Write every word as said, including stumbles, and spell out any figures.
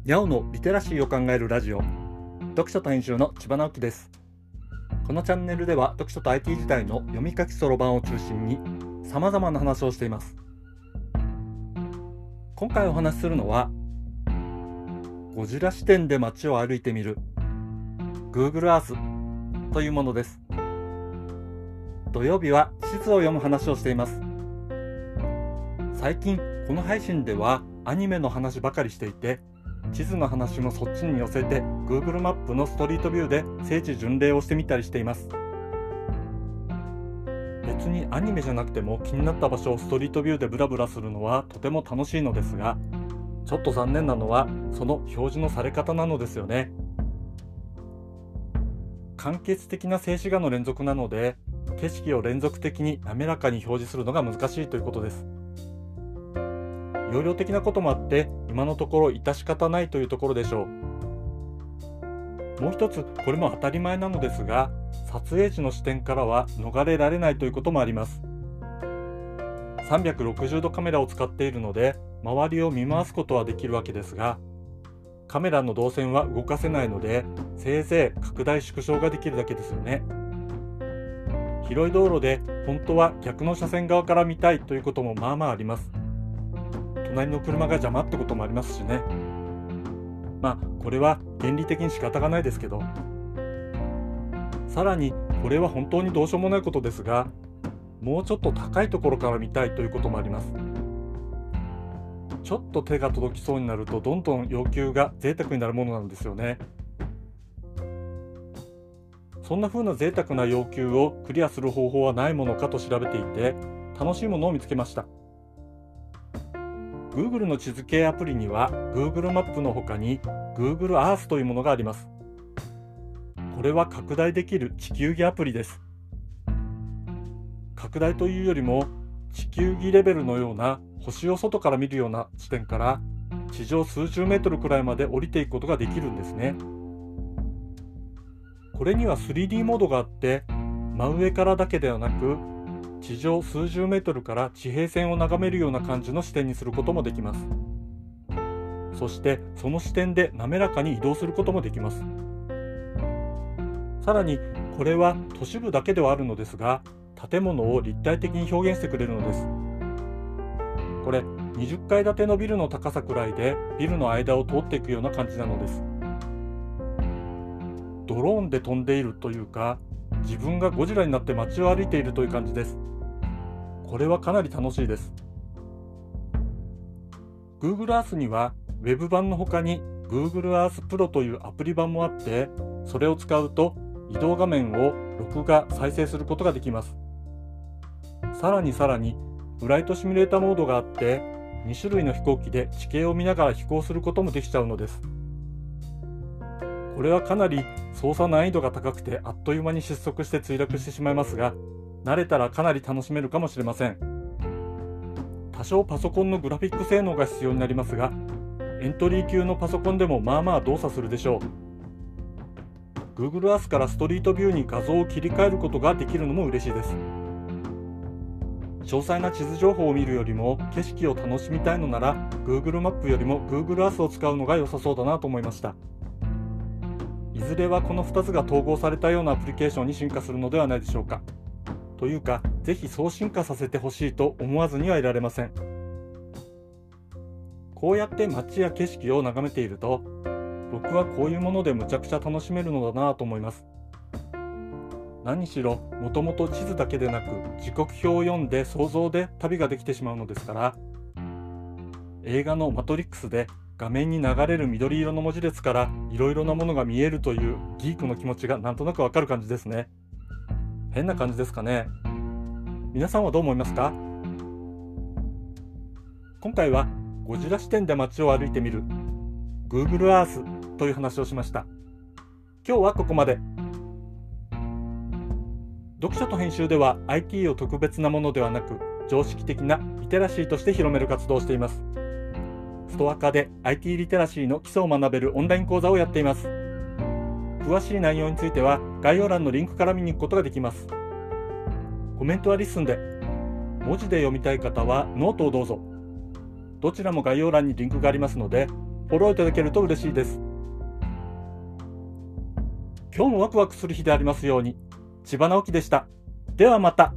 にゃおのリテラシーを考えるラジオ、読書と編集の千葉直樹です。このチャンネルでは読書と アイティー 時代の読み書きそろばんを中心に様々な話をしています。今回お話しするのは、ゴジラ視点で街を歩いてみる Google Earth というものです。土曜日は地図を読む話をしています。最近この配信ではアニメの話ばかりしていて、地図の話もそっちに寄せて Google マップのストリートビューで聖地巡礼をしてみたりしています。別にアニメじゃなくても気になった場所をストリートビューでブラブラするのはとても楽しいのですが、ちょっと残念なのはその表示のされ方なのですよね。間欠的な静止画の連続なので、景色を連続的に滑らかに表示するのが難しいということです。容量的なこともあって今のところ致し方ないというところでしょう。もう一つ、これも当たり前なのですが、撮影時の視点からは逃れられないということもあります。さんびゃくろくじゅうどカメラを使っているので周りを見回すことはできるわけですが、カメラの動線は動かせないので、せいぜい拡大縮小ができるだけですよね。広い道路で本当は逆の車線側から見たいということもまあまああります。隣の車が邪魔ってこともありますしね。まあこれは原理的に仕方がないですけど、さらにこれは本当にどうしようもないことですが、もうちょっと高いところから見たいということもあります。ちょっと手が届きそうになるとどんどん要求が贅沢になるものなんですよね。そんな風な贅沢な要求をクリアする方法はないものかと調べていて、楽しいものを見つけました。Google の地図系アプリには Google マップの他に Google Earth というものがあります。これは拡大できる地球儀アプリです。拡大というよりも地球儀レベルのような星を外から見るような地点から地上数十メートルくらいまで降りていくことができるんですね。これには スリーディー モードがあって、真上からだけではなく地上数十メートルから地平線を眺めるような感じの視点にすることもできます。そしてその視点で滑らかに移動することもできます。さらにこれは都市部だけではあるのですが、建物を立体的に表現してくれるのです。これにじゅっかい建てのビルの高さくらいでビルの間を通っていくような感じなのです。ドローンで飛んでいるというか、自分がゴジラになって街を歩いているという感じです。これはかなり楽しいです。Google Earth には Web 版の他に Google Earth Pro というアプリ版もあって、それを使うと移動画面を録画・再生することができます。さらにさらにフライトシミュレータモードがあって、にしゅるいの飛行機で地形を見ながら飛行することもできちゃうのです。これはかなり操作難易度が高くてあっという間に失速して墜落してしまいますが、慣れたらかなり楽しめるかもしれません。多少パソコンのグラフィック性能が必要になりますが、エントリー級のパソコンでもまあまあ動作するでしょう。Google Earth からストリートビューに画像を切り替えることができるのも嬉しいです。詳細な地図情報を見るよりも景色を楽しみたいのなら Google マップよりも Google Earth を使うのが良さそうだなと思いました。いずれはこのふたつが統合されたようなアプリケーションに進化するのではないでしょうか。というか、ぜひそう進化させてほしいと思わずにはいられません。こうやって街や景色を眺めていると、僕はこういうものでむちゃくちゃ楽しめるのだなと思います。何しろ、もともと地図だけでなく時刻表を読んで想像で旅ができてしまうのですから、映画のマトリックスで画面に流れる緑色の文字列からいろいろなものが見えるというギークの気持ちがなんとなくわかる感じですね。変な感じですかね。皆さんはどう思いますか？今回はゴジラ視点で街を歩いてみる Google Earth という話をしました。今日はここまで。読書と編集では アイティー を特別なものではなく常識的なリテラシーとして広める活動をしています。ストア化で アイティー リテラシーの基礎を学べるオンライン講座をやっています。詳しい内容については概要欄のリンクから見に行くことができます。コメントはリッスンで、文字で読みたい方はノートをどうぞ。どちらも概要欄にリンクがありますので、 フォローいただけると嬉しいです。今日もワクワクする日でありますように。千葉直樹でした。ではまた。